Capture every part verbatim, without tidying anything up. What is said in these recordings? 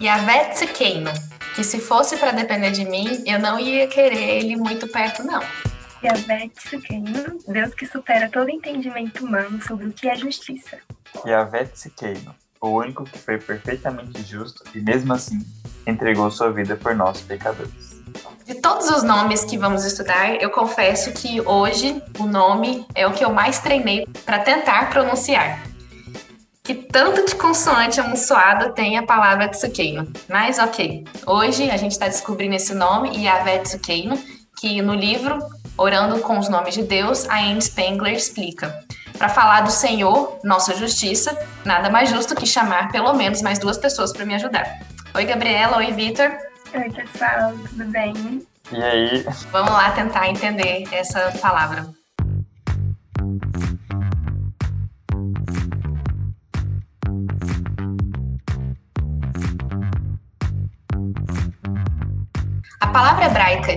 Yahvé Tsidkenu, que se fosse para depender de mim, eu não ia querer ele muito perto, não. Yahvé Tsidkenu, Deus que supera todo entendimento humano sobre o que é justiça. Yahvé Tsidkenu, o único que foi perfeitamente justo e mesmo assim entregou sua vida por nós, pecadores. De todos os nomes que vamos estudar, eu confesso que hoje o nome é o que eu mais treinei para tentar pronunciar. Que tanto de consoante amontoado tem a palavra Tsidkenu. Mas ok, hoje a gente está descobrindo esse nome, Yahvé Tsidkenu, que no livro Orando com os Nomes de Deus, a Anne Spengler explica. Para falar do Senhor, nossa justiça, nada mais justo que chamar pelo menos mais duas pessoas para me ajudar. Oi, Gabriela. Oi, Vitor. Oi, pessoal. Tudo bem? E aí? Vamos lá tentar entender essa palavra. A palavra hebraica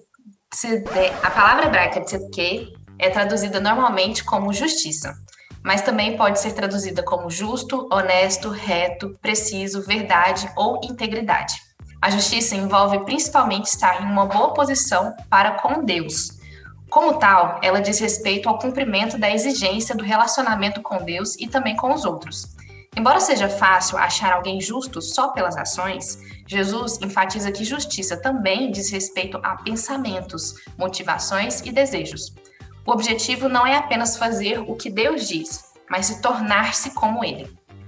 a palavra hebraica tzedkeh é traduzida normalmente como justiça, mas também pode ser traduzida como justo, honesto, reto, preciso, verdade ou integridade. A justiça envolve principalmente estar em uma boa posição para com Deus. Como tal, ela diz respeito ao cumprimento da exigência do relacionamento com Deus e também com os outros. Embora seja fácil achar alguém justo só pelas ações, Jesus enfatiza que justiça também diz respeito a pensamentos, motivações e desejos. O objetivo não é apenas fazer o que Deus diz, mas se tornar-se como Ele.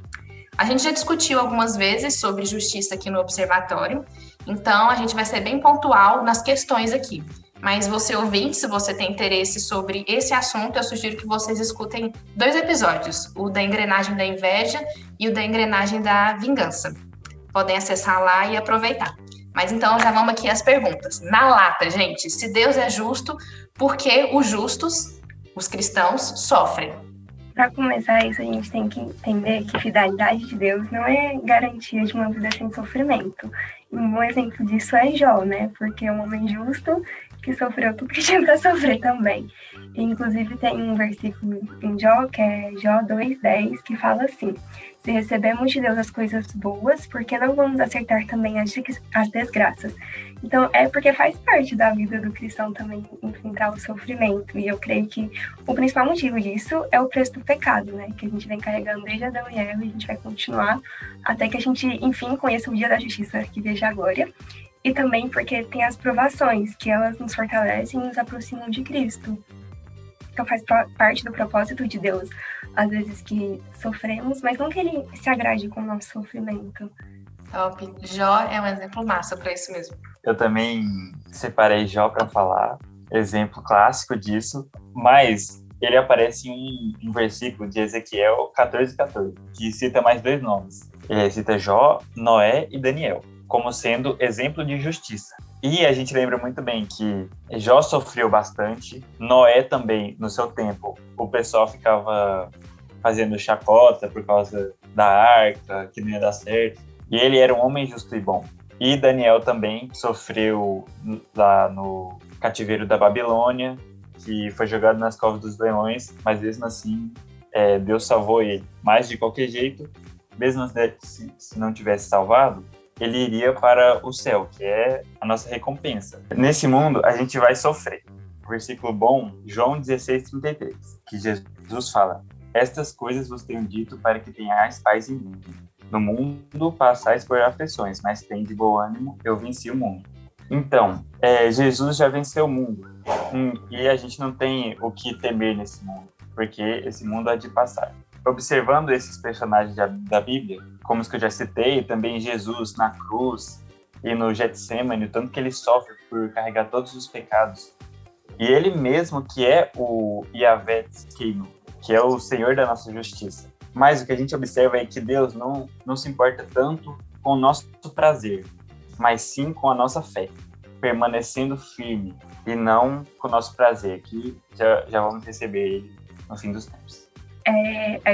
A gente já discutiu algumas vezes sobre justiça aqui no Observatório, então a gente vai ser bem pontual nas questões aqui. Mas você ouvinte, se você tem interesse sobre esse assunto, eu sugiro que vocês escutem dois episódios, o da engrenagem da inveja e o da engrenagem da vingança. Podem acessar lá e aproveitar. Mas então já vamos aqui às perguntas. Na lata, gente, se Deus é justo, por que os justos, os cristãos, sofrem? Para começar isso, a gente tem que entender que fidelidade de Deus não é garantia de uma vida sem sofrimento. E um bom exemplo disso é Jó, né? Porque é um homem justo que sofreu tudo que tinha para sofrer também. E, inclusive, tem um versículo em Jó, que é Jó dois, dez, que fala assim: se recebemos de Deus as coisas boas, por que não vamos aceitar também as, as desgraças? Então, é porque faz parte da vida do cristão também enfrentar o sofrimento. E eu creio que o principal motivo disso é o preço do pecado, né? Que a gente vem carregando desde Adão e Eva, e a gente vai continuar até que a gente, enfim, conheça o dia da justiça, que veja a glória. E também porque tem as provações, que elas nos fortalecem e nos aproximam de Cristo. Então faz parte do propósito de Deus, às vezes que sofremos, mas não que Ele se agrade com o nosso sofrimento. Top. Jó é um exemplo massa para isso mesmo. Eu também separei Jó para falar, exemplo clássico disso, mas ele aparece em um, um versículo de Ezequiel catorze, catorze, que cita mais dois nomes. Ele cita Jó, Noé e Daniel, como sendo exemplo de justiça. E a gente lembra muito bem que Jó sofreu bastante, Noé também, no seu tempo, o pessoal ficava fazendo chacota por causa da arca, que não ia dar certo, e ele era um homem justo e bom. E Daniel também sofreu lá no cativeiro da Babilônia, que foi jogado nas covas dos leões, mas mesmo assim é, Deus salvou ele. Mas de qualquer jeito, mesmo se, se não tivesse salvado, ele iria para o céu, que é a nossa recompensa. Nesse mundo, a gente vai sofrer. Versículo bom, João dezesseis, trinta e três, que Jesus fala: estas coisas vos tenho dito para que tenhais paz em mim. No mundo passais por aflições, mas tem de bom ânimo, eu venci o mundo. Então, é, Jesus já venceu o mundo. Hum, e a gente não tem o que temer nesse mundo, porque esse mundo há de passar. Observando esses personagens da, da Bíblia, como os que eu já citei, também Jesus na cruz e no Getsemane, o tanto que ele sofre por carregar todos os pecados. E ele mesmo que é o Yahvé Tsidkenu, que é o Senhor da nossa justiça. Mas o que a gente observa é que Deus não, não se importa tanto com o nosso prazer, mas sim com a nossa fé, permanecendo firme e não com o nosso prazer, que já, já vamos receber ele no fim dos tempos. É,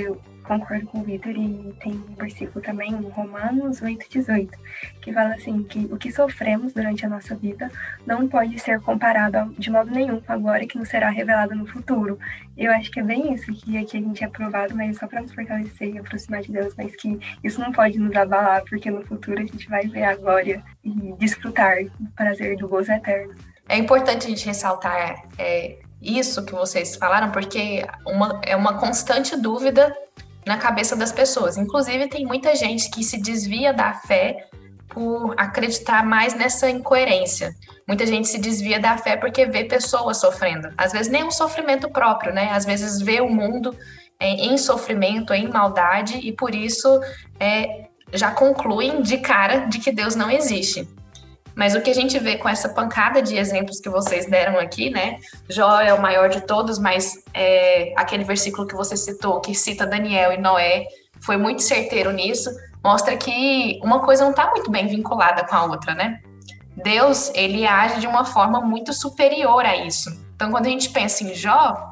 concordo com o Vitor, e tem um versículo também, em Romanos oito, dezoito, que fala assim, que o que sofremos durante a nossa vida não pode ser comparado de modo nenhum com a glória que nos será revelada no futuro. Eu acho que é bem isso, que aqui a gente é provado, mas só para nos fortalecer e aproximar de Deus, mas que isso não pode nos abalar, porque no futuro a gente vai ver a glória e desfrutar do prazer do gozo eterno. É importante a gente ressaltar é, isso que vocês falaram, porque uma, é uma constante dúvida na cabeça das pessoas. Inclusive, tem muita gente que se desvia da fé por acreditar mais nessa incoerência. Muita gente se desvia da fé porque vê pessoas sofrendo. Às vezes nem um sofrimento próprio, né? Às vezes vê o mundo é, em sofrimento, em maldade, e por isso é, já concluem de cara de que Deus não existe. Mas o que a gente vê com essa pancada de exemplos que vocês deram aqui, né? Jó é o maior de todos, mas é, aquele versículo que você citou, que cita Daniel e Noé, foi muito certeiro nisso, mostra que uma coisa não está muito bem vinculada com a outra, né? Deus, ele age de uma forma muito superior a isso. Então, quando a gente pensa em Jó,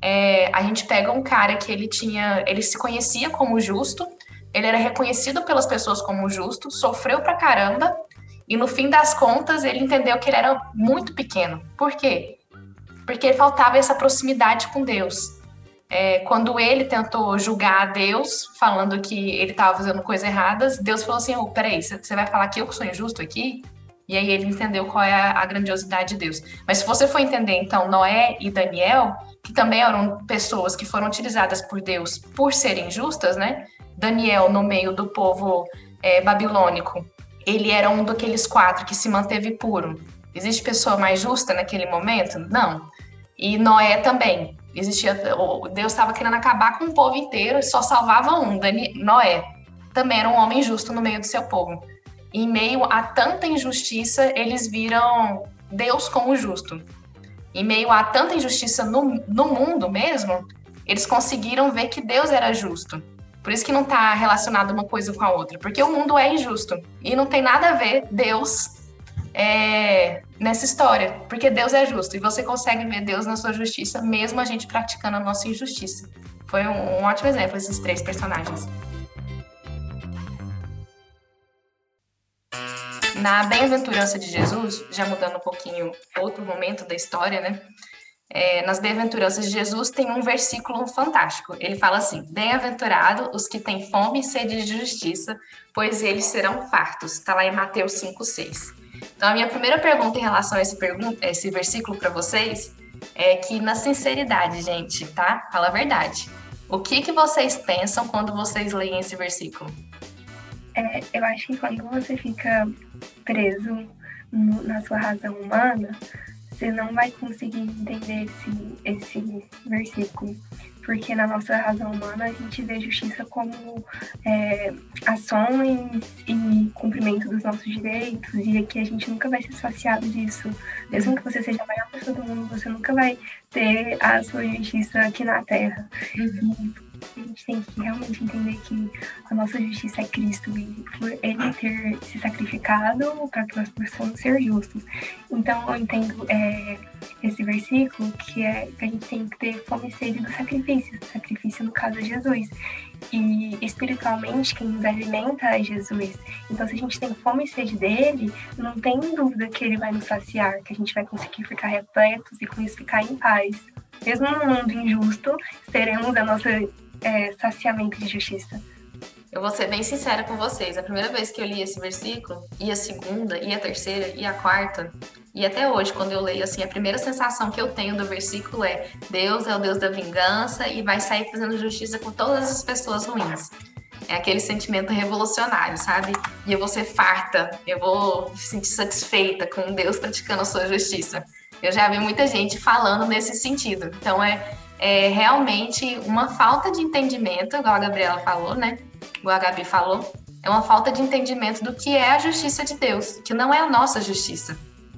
é, a gente pega um cara que ele tinha, ele se conhecia como justo, ele era reconhecido pelas pessoas como justo, sofreu pra caramba, e no fim das contas, ele entendeu que ele era muito pequeno. Por quê? Porque faltava essa proximidade com Deus. É, quando ele tentou julgar a Deus, falando que ele estava fazendo coisas erradas, Deus falou assim, oh, peraí, você vai falar que eu que sou injusto aqui? E aí ele entendeu qual é a, a grandiosidade de Deus. Mas se você for entender, então, Noé e Daniel, que também eram pessoas que foram utilizadas por Deus por serem justas, né? Daniel, no meio do povo é, babilônico, ele era um daqueles quatro que se manteve puro. Existe pessoa mais justa naquele momento? Não. E Noé também. Existia, Deus estava querendo acabar com o povo inteiro e só salvava um, Noé. Também era um homem justo no meio do seu povo. E em meio a tanta injustiça, eles viram Deus como justo. Em meio a tanta injustiça no, no mundo mesmo, eles conseguiram ver que Deus era justo. Por isso que não está relacionado uma coisa com a outra, porque o mundo é injusto e não tem nada a ver Deus é, nessa história, porque Deus é justo e você consegue ver Deus na sua justiça, mesmo a gente praticando a nossa injustiça. Foi um, um ótimo exemplo, esses três personagens. Na bem-aventurança de Jesus, já mudando um pouquinho outro momento da história, né? É, nas bem-aventuranças de Jesus tem um versículo fantástico. Ele fala assim, bem-aventurado os que têm fome e sede de justiça, pois eles serão fartos. Está lá em Mateus cinco, seis. Então, a minha primeira pergunta em relação a esse, pergunta, esse versículo para vocês é que, na sinceridade, gente, tá? Fala a verdade. O que, que vocês pensam quando vocês leem esse versículo? É, eu acho que quando você fica preso no, na sua razão humana, você não vai conseguir entender esse, esse versículo, porque na nossa razão humana a gente vê justiça como é, ações e cumprimento dos nossos direitos, e aqui a gente nunca vai ser saciado disso. Mesmo que você seja a maior pessoa do mundo, você nunca vai ter a sua justiça aqui na Terra. Uhum. E a gente tem que realmente entender que a nossa justiça é Cristo, e por Ele ter se sacrificado para que nós possamos ser justos. Então eu entendo é, esse versículo que é que a gente tem que ter fome e sede do sacrifício, do sacrifício no caso de Jesus. E espiritualmente quem nos alimenta é Jesus. Então se a gente tem fome e sede dele, não tem dúvida que ele vai nos saciar, que a gente vai conseguir ficar repletos e com isso ficar em paz. Mesmo no mundo injusto, teremos a nossa é, saciamento de justiça. Eu vou ser bem sincera com vocês. A primeira vez que eu li esse versículo, e a segunda, e a terceira, e a quarta, e até hoje, quando eu leio, assim, a primeira sensação que eu tenho do versículo é Deus é o Deus da vingança e vai sair fazendo justiça com todas as pessoas ruins. É aquele sentimento revolucionário, sabe? E eu vou ser farta, eu vou me sentir satisfeita com Deus praticando a sua justiça. Eu já vi muita gente falando nesse sentido. Então, é, é realmente uma falta de entendimento, igual a Gabriela falou, né? Igual a Gabi falou. É uma falta de entendimento do que é a justiça de Deus, que não é a nossa justiça.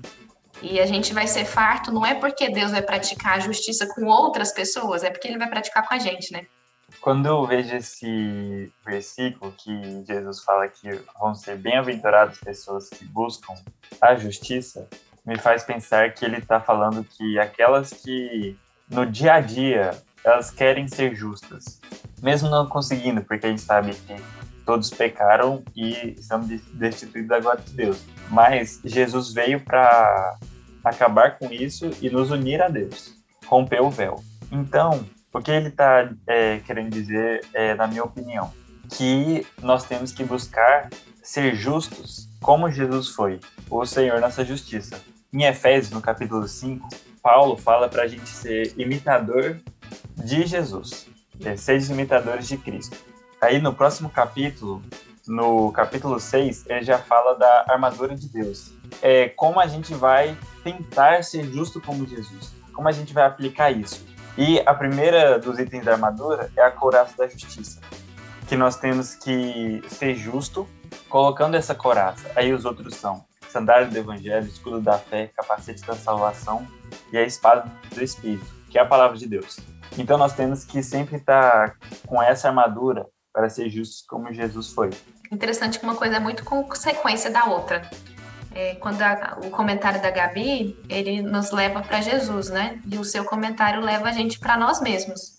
E a gente vai ser farto, não é porque Deus vai praticar a justiça com outras pessoas, é porque Ele vai praticar com a gente, né? Quando eu vejo esse versículo que Jesus fala que vão ser bem-aventuradas pessoas que buscam a justiça, me faz pensar que ele está falando que aquelas que no dia a dia elas querem ser justas, mesmo não conseguindo, porque a gente sabe que todos pecaram e estamos destituídos da glória de Deus. Mas Jesus veio para acabar com isso e nos unir a Deus, romper o véu. Então, o que ele está é, querendo dizer, é, na minha opinião, que nós temos que buscar ser justos como Jesus foi, o Senhor nossa justiça. Em Efésios, no capítulo cinco, Paulo fala para a gente ser imitador de Jesus, é, ser imitadores de Cristo. Aí no próximo capítulo, no capítulo seis, ele já fala da armadura de Deus. É, como a gente vai tentar ser justo como Jesus, como a gente vai aplicar isso. E a primeira dos itens da armadura é a couraça da justiça, que nós temos que ser justo colocando essa couraça. Aí os outros são sandália do evangelho, escudo da fé, capacete da salvação e a espada do Espírito, que é a palavra de Deus. Então nós temos que sempre estar com essa armadura para ser justos como Jesus foi. Interessante que uma coisa é muito consequência da outra. É, quando a, o comentário da Gabi, ele nos leva para Jesus, né? E o seu comentário leva a gente para nós mesmos.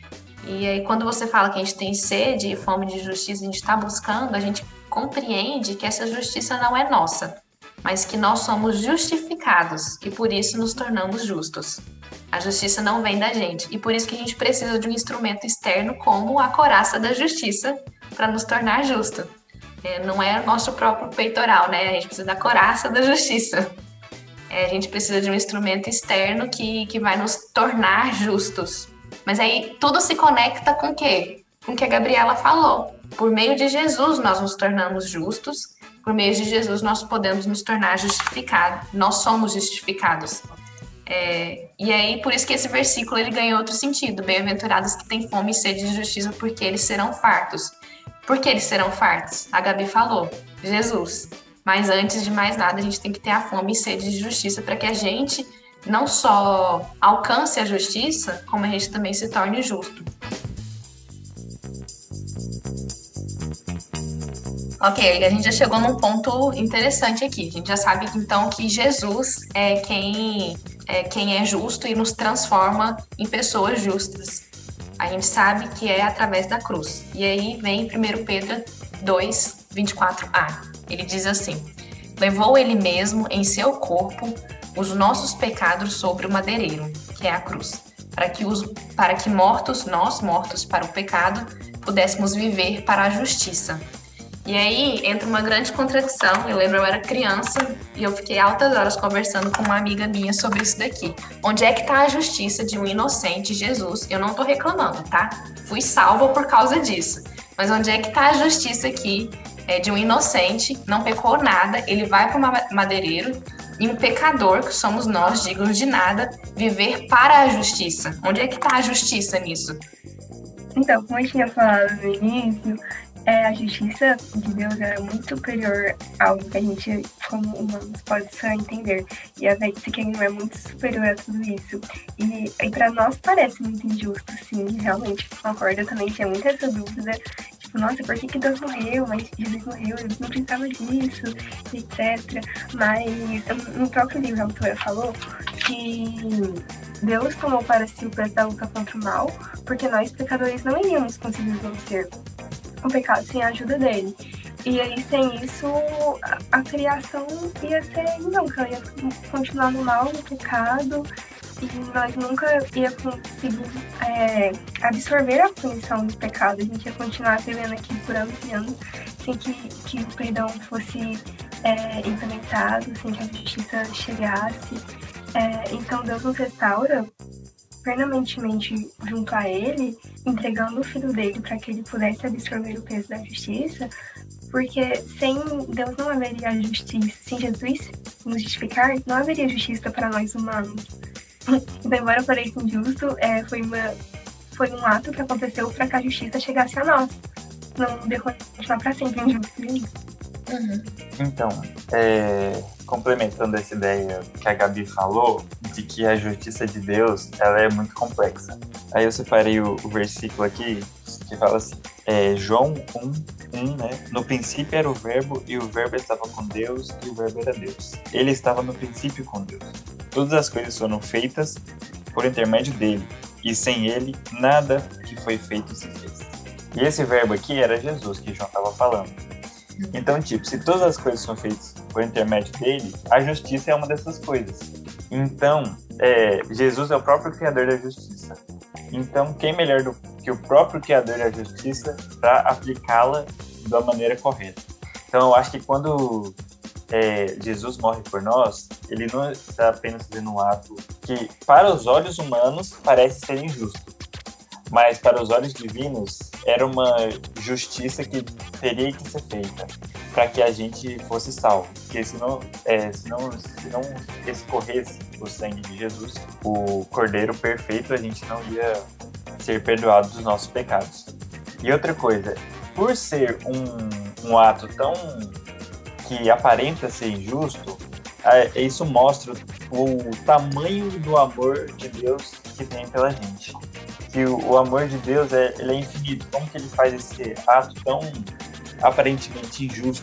E aí quando você fala que a gente tem sede e fome de justiça, a gente está buscando, a gente compreende que essa justiça não é nossa, mas que nós somos justificados e por isso nos tornamos justos. A justiça não vem da gente e por isso que a gente precisa de um instrumento externo como a couraça da justiça para nos tornar justo. É, não é o nosso próprio peitoral, né? A gente precisa da couraça da justiça. É, a gente precisa de um instrumento externo que, que vai nos tornar justos. Mas aí tudo se conecta com o quê? Com o que a Gabriela falou. Por meio de Jesus nós nos tornamos justos. Por meio de Jesus nós podemos nos tornar justificados. Nós somos justificados. É, e aí, por isso que esse versículo ele ganhou outro sentido. Bem-aventurados que têm fome e sede de justiça, porque eles serão fartos. Por que eles serão fartos? A Gabi falou, Jesus. Mas antes de mais nada, a gente tem que ter a fome e sede de justiça para que a gente não só alcance a justiça, como a gente também se torne justo. Ok, a gente já chegou num ponto interessante aqui. A gente já sabe, então, que Jesus é quem é, quem é justo e nos transforma em pessoas justas. A gente sabe que é através da cruz. E aí vem primeiro Pedro dois, vinte e quatro a. Ele diz assim, levou ele mesmo em seu corpo os nossos pecados sobre o madeireiro, que é a cruz, para que, os, para que mortos, nós mortos para o pecado, pudéssemos viver para a justiça. E aí entra uma grande contradição. Eu lembro, eu era criança e eu fiquei altas horas conversando com uma amiga minha sobre isso daqui. Onde é que tá a justiça de um inocente, Jesus? Eu não tô reclamando, tá? Fui salva por causa disso. Mas onde é que tá a justiça aqui é, de um inocente, não pecou nada, ele vai para o madeireiro e um pecador, que somos nós, dignos de nada, viver para a justiça. Onde é que tá a justiça nisso? Então, como eu tinha falado no início, É, a justiça de Deus é muito superior ao que a gente, como humanos, pode só entender. E a Vatican é muito superior a tudo isso. E, e para nós parece muito injusto, sim, realmente. Concordo, eu também tinha muita essa dúvida. Tipo, nossa, por que, que Deus morreu? Mas Jesus morreu, ele não precisava disso, etcétera. Mas no próprio livro, a autora falou que Deus tomou para si o preço da luta contra o mal, porque nós, pecadores, não iríamos conseguir vencer o pecado sem a ajuda dele. E aí, sem isso, a, a criação ia ser nunca, ia continuar no mal, no pecado, e nós nunca ia conseguir é, absorver a punição do pecado. A gente ia continuar vivendo aqui por anos e anos, sem que, que o perdão fosse é, implementado, sem que a justiça chegasse. É, então, Deus nos restaura permanentemente junto a ele, entregando o filho dele para que ele pudesse absorver o peso da justiça, porque sem Deus não haveria justiça. Sem Jesus nos justificar, não haveria justiça para nós humanos. Então, embora pareça injusto, é, foi, uma, foi um ato que aconteceu para que a justiça chegasse a nós. Não deu continuar para sempre injusto. Uhum. Então, é, complementando essa ideia que a Gabi falou, de que a justiça de Deus ela é muito complexa. Aí eu separei o, o versículo aqui que fala assim, é, João um, um, né? No princípio era o verbo, e o verbo estava com Deus, e o verbo era Deus. Ele estava no princípio com Deus. Todas as coisas foram feitas por intermédio dele, e sem ele, nada que foi feito se fez. E esse verbo aqui era Jesus, que João estava falando. Então, tipo, se todas as coisas são feitas por intermédio dele, a justiça é uma dessas coisas. Então, é, Jesus é o próprio Criador da justiça. Então, quem melhor do que o próprio Criador da justiça para aplicá-la da maneira correta? Então, eu acho que quando é, Jesus morre por nós, ele não está apenas fazendo um ato que, para os olhos humanos, parece ser injusto. Mas, para os olhos divinos, era uma justiça que teria que ser feita para que a gente fosse salvo. Porque se não, é, se não, se não escorresse o sangue de Jesus, o Cordeiro perfeito, a gente não ia ser perdoado dos nossos pecados. E outra coisa, por ser um, um ato tão que aparenta ser injusto, é, isso mostra o tamanho do amor de Deus que tem pela gente. Que o, o amor de Deus é, ele é infinito. Como que ele faz esse ato tão aparentemente injusto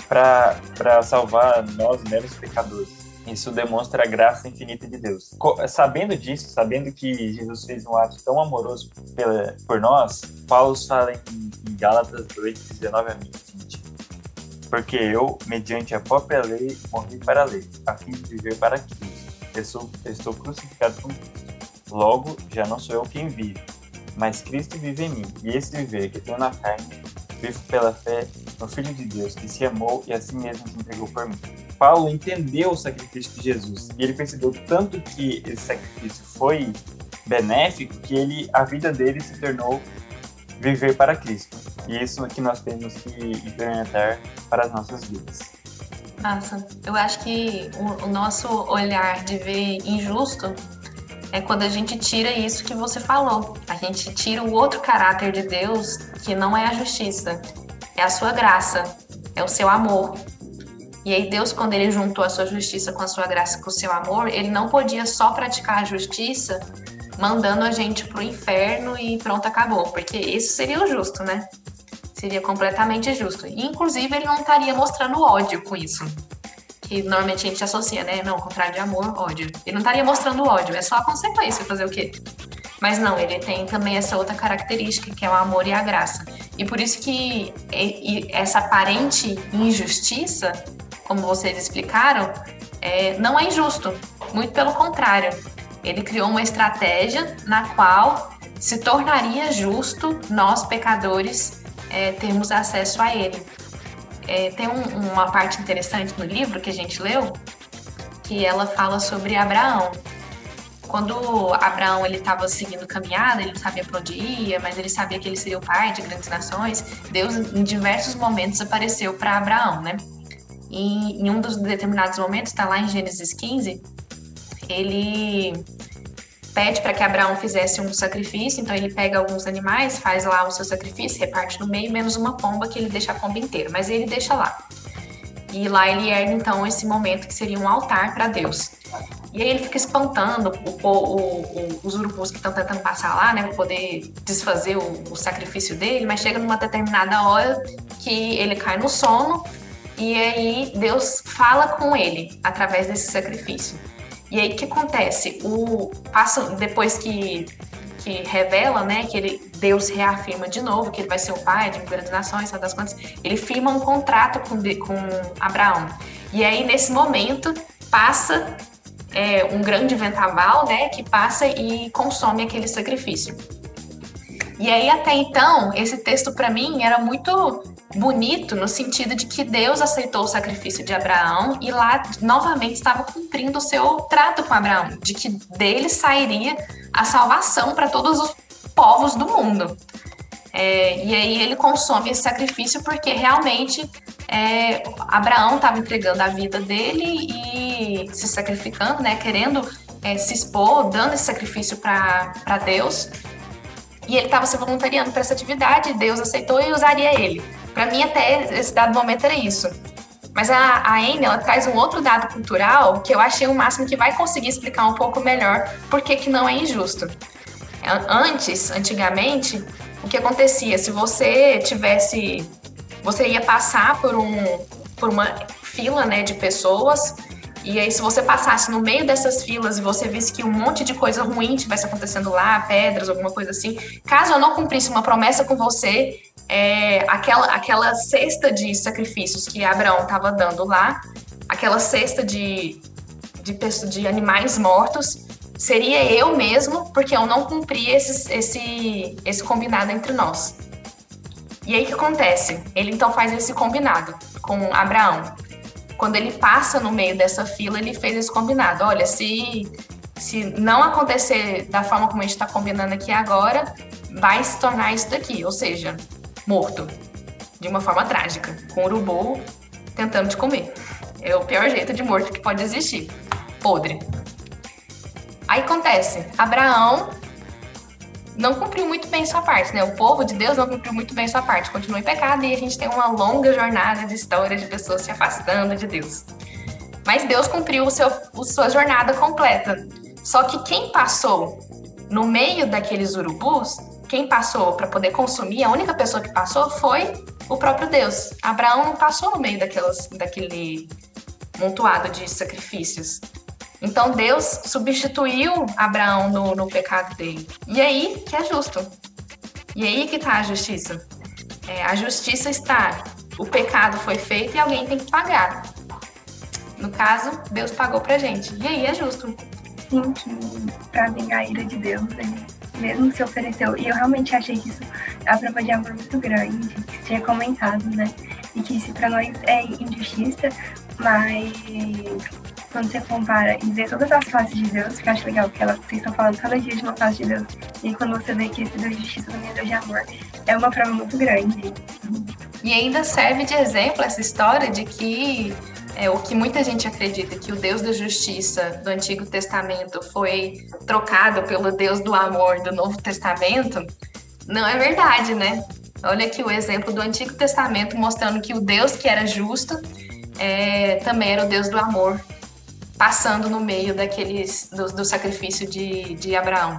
para salvar nós, meros pecadores? Isso demonstra a graça infinita de Deus. Co- sabendo disso, sabendo que Jesus fez um ato tão amoroso pela, por nós, Paulo fala em, em Gálatas dois, dezenove a vinte. Porque eu, mediante a própria lei, morri para a lei, a fim de viver para Cristo. Eu, sou, eu estou crucificado com Cristo. Logo, já não sou eu quem vive, mas Cristo vive em mim. E esse viver que tenho na carne, vivo pela fé no Filho de Deus, que se amou e a si mesmo se entregou por mim. Paulo entendeu o sacrifício de Jesus, e ele percebeu tanto que esse sacrifício foi benéfico, que ele, a vida dele se tornou viver para Cristo. E isso que nós temos que implementar para as nossas vidas. Nossa, eu acho que o, o nosso olhar de ver injusto é quando a gente tira isso que você falou. A gente tira o outro caráter de Deus, que não é a justiça, é a sua graça, é o seu amor. E aí Deus, quando ele juntou a sua justiça com a sua graça, com o seu amor, ele não podia só praticar a justiça mandando a gente pro inferno e pronto, acabou. Porque isso seria o justo, né? Seria completamente justo. E, inclusive, ele não estaria mostrando ódio com isso. Que normalmente a gente associa, né? Não, contrário de amor, ódio. Ele não estaria mostrando ódio, é só a consequência, fazer o quê? Mas não, ele tem também essa outra característica, que é o amor e a graça. E por isso que essa aparente injustiça, como vocês explicaram, é, não é injusto. Muito pelo contrário. Ele criou uma estratégia na qual se tornaria justo nós, pecadores, é, termos acesso a ele. É, tem um, uma parte interessante no livro que a gente leu, que ela fala sobre Abraão. Quando Abraão estava seguindo caminhada, ele não sabia para onde ia, mas ele sabia que ele seria o pai de grandes nações. Deus, em diversos momentos, apareceu para Abraão, né? E em um dos determinados momentos, está lá em Gênesis quinze, ele pede para que Abraão fizesse um sacrifício, então ele pega alguns animais, faz lá o seu sacrifício, reparte no meio, menos uma pomba, que ele deixa a pomba inteira, mas ele deixa lá. E lá ele ergue, então, esse momento que seria um altar para Deus. E aí ele fica espantando o, o, o, os urubus que estão tentando passar lá, né, para poder desfazer o, o sacrifício dele, mas chega numa determinada hora que ele cai no sono, e aí Deus fala com ele através desse sacrifício. E aí o que acontece? O, passa, depois que, que revela, né, que ele, Deus reafirma de novo que ele vai ser o pai de grandes nações, sabe das quantas, ele firma um contrato com, com Abraão. E aí nesse momento passa é, um grande vendaval, né, que passa e consome aquele sacrifício. E aí até então esse texto para mim era muito bonito no sentido de que Deus aceitou o sacrifício de Abraão e lá novamente estava cumprindo o seu trato com Abraão, de que dele sairia a salvação para todos os povos do mundo. É, e aí ele consome esse sacrifício porque realmente é, Abraão estava entregando a vida dele e se sacrificando, né, querendo é, se expor, dando esse sacrifício para Deus. E ele estava se voluntariando para essa atividade, Deus aceitou e usaria ele. Para mim, até esse dado momento era isso. Mas a, a Anne, ela traz um outro dado cultural que eu achei o máximo que vai conseguir explicar um pouco melhor por que que não é injusto. Antes, antigamente, o que acontecia? Se você tivesse... Você ia passar por, um, por uma fila, né, de pessoas E aí, se você passasse no meio dessas filas e você visse que um monte de coisa ruim estivesse acontecendo lá, pedras, alguma coisa assim, caso eu não cumprisse uma promessa com você, é, aquela, aquela cesta de sacrifícios que Abraão estava dando lá, aquela cesta de, de, de animais mortos, seria eu mesmo, porque eu não cumpri esse, esse, esse combinado entre nós. E aí o que acontece? Ele então faz esse combinado com Abraão. Quando ele passa no meio dessa fila, ele fez esse combinado. Olha, se, se não acontecer da forma como a gente está combinando aqui agora, vai se tornar isso daqui, ou seja, morto. De uma forma trágica, com o urubu tentando te comer. É o pior jeito de morto que pode existir. Podre. Aí acontece, Abraão não cumpriu muito bem sua parte, né? O povo de Deus não cumpriu muito bem sua parte, continua em pecado e a gente tem uma longa jornada de histórias de pessoas se afastando de Deus. Mas Deus cumpriu o seu, a sua jornada completa. Só que quem passou no meio daqueles urubus, quem passou para poder consumir, a única pessoa que passou foi o próprio Deus. Abraão não passou no meio daquelas, daquele montoado de sacrifícios. Então, Deus substituiu Abraão no, no pecado dele. E aí que é justo. E aí que está a justiça. É, a justiça está, o pecado foi feito e alguém tem que pagar. No caso, Deus pagou pra gente. E aí é justo. Sim, que para vingar a ira de Deus, ele mesmo se ofereceu. E eu realmente achei que isso é uma prova de amor muito grande, que você tinha comentado, né? E que isso para nós é injustiça, mas quando você compara e vê todas as faces de Deus, que eu acho legal, porque ela, vocês estão falando cada dia de uma face de Deus, e quando você vê que esse Deus de justiça também é Deus de amor, é uma prova muito grande. E ainda serve de exemplo essa história de que é, o que muita gente acredita, que o Deus da justiça do Antigo Testamento foi trocado pelo Deus do amor do Novo Testamento, não é verdade, né? Olha aqui o exemplo do Antigo Testamento mostrando que o Deus que era justo é, também era o Deus do amor, passando no meio daqueles, do, do sacrifício de, de Abraão.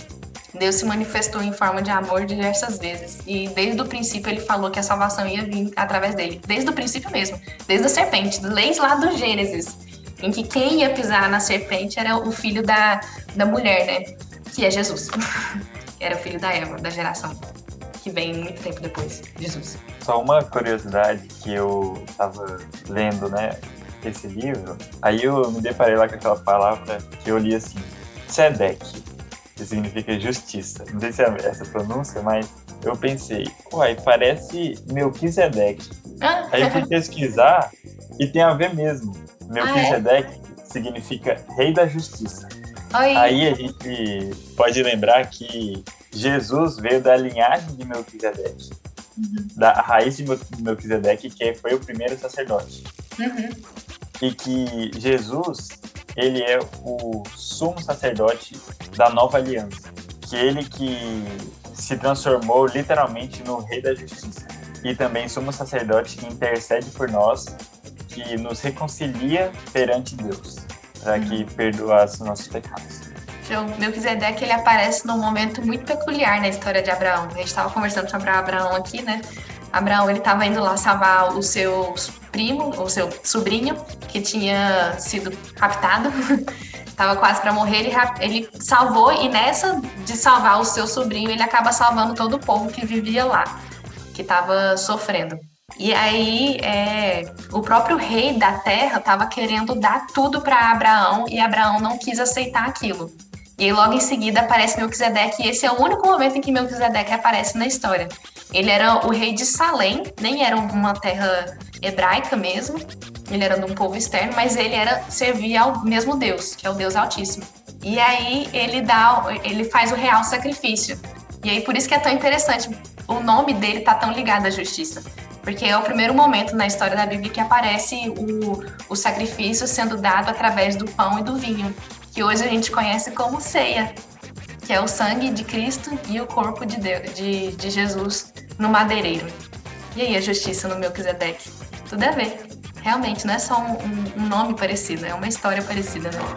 Deus se manifestou em forma de amor diversas vezes. E desde o princípio ele falou que a salvação ia vir através dele. Desde o princípio mesmo. Desde a serpente. Leis lá do Gênesis. Em que quem ia pisar na serpente era o filho da, da mulher, né? Que é Jesus. Era o filho da Eva, da geração. Que vem muito tempo depois. Jesus. Só uma curiosidade que eu tava lendo, né? Esse livro, aí eu me deparei lá com aquela palavra que eu li assim, tzedek, que significa justiça. Não sei se é essa pronúncia, mas eu pensei, uai, parece Melquisedeque. Ah. Aí eu fui pesquisar e tem a ver mesmo. Melquisedeque ah, é? significa rei da justiça. Oi. Aí a gente pode lembrar que Jesus veio da linhagem de Melquisedeque, uhum. da raiz de Melquisedeque, que foi o primeiro sacerdote. Uhum. E que Jesus, ele é o sumo sacerdote da nova aliança. Que ele que se transformou literalmente no rei da justiça. E também sumo sacerdote que intercede por nós, que nos reconcilia perante Deus, para uhum. que perdoasse os nossos pecados. O Melquisedeque, ele aparece num momento muito peculiar na história de Abraão. A gente estava conversando sobre Abraão aqui, né? Abraão, ele estava indo lá salvar o seu primo, o seu sobrinho, que tinha sido raptado, estava quase para morrer, ele, ele salvou, e nessa de salvar o seu sobrinho, ele acaba salvando todo o povo que vivia lá, que estava sofrendo. E aí, é, o próprio rei da terra estava querendo dar tudo para Abraão, e Abraão não quis aceitar aquilo. E aí, logo em seguida, aparece Melquisedeque, e esse é o único momento em que Melquisedeque aparece na história. Ele era o rei de Salém, nem era uma terra hebraica mesmo, ele era de um povo externo, mas ele era servia ao mesmo Deus, que é o Deus Altíssimo. E aí ele dá, ele faz o real sacrifício. E aí por isso que é tão interessante, o nome dele tá tão ligado à justiça, porque é o primeiro momento na história da Bíblia que aparece o, o sacrifício sendo dado através do pão e do vinho, que hoje a gente conhece como ceia, que é o sangue de Cristo e o corpo de, Deus, de, de Jesus no madeireiro. E aí a justiça no Melquisedeque? Tudo a ver. Realmente, não é só um, um, um nome parecido, é uma história parecida, né?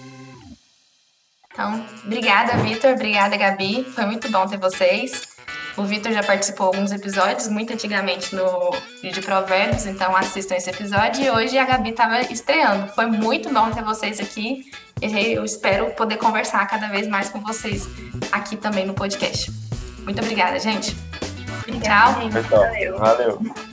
Então, obrigada, Vitor, obrigada, Gabi. Foi muito bom ter vocês. O Vitor já participou de alguns episódios, muito antigamente no de Provérbios, então assistam esse episódio. E hoje a Gabi estava estreando. Foi muito bom ter vocês aqui. Eu espero poder conversar cada vez mais com vocês aqui também no podcast. Muito obrigada, gente. Obrigada, Tchau. gente. Pessoal, Valeu. valeu.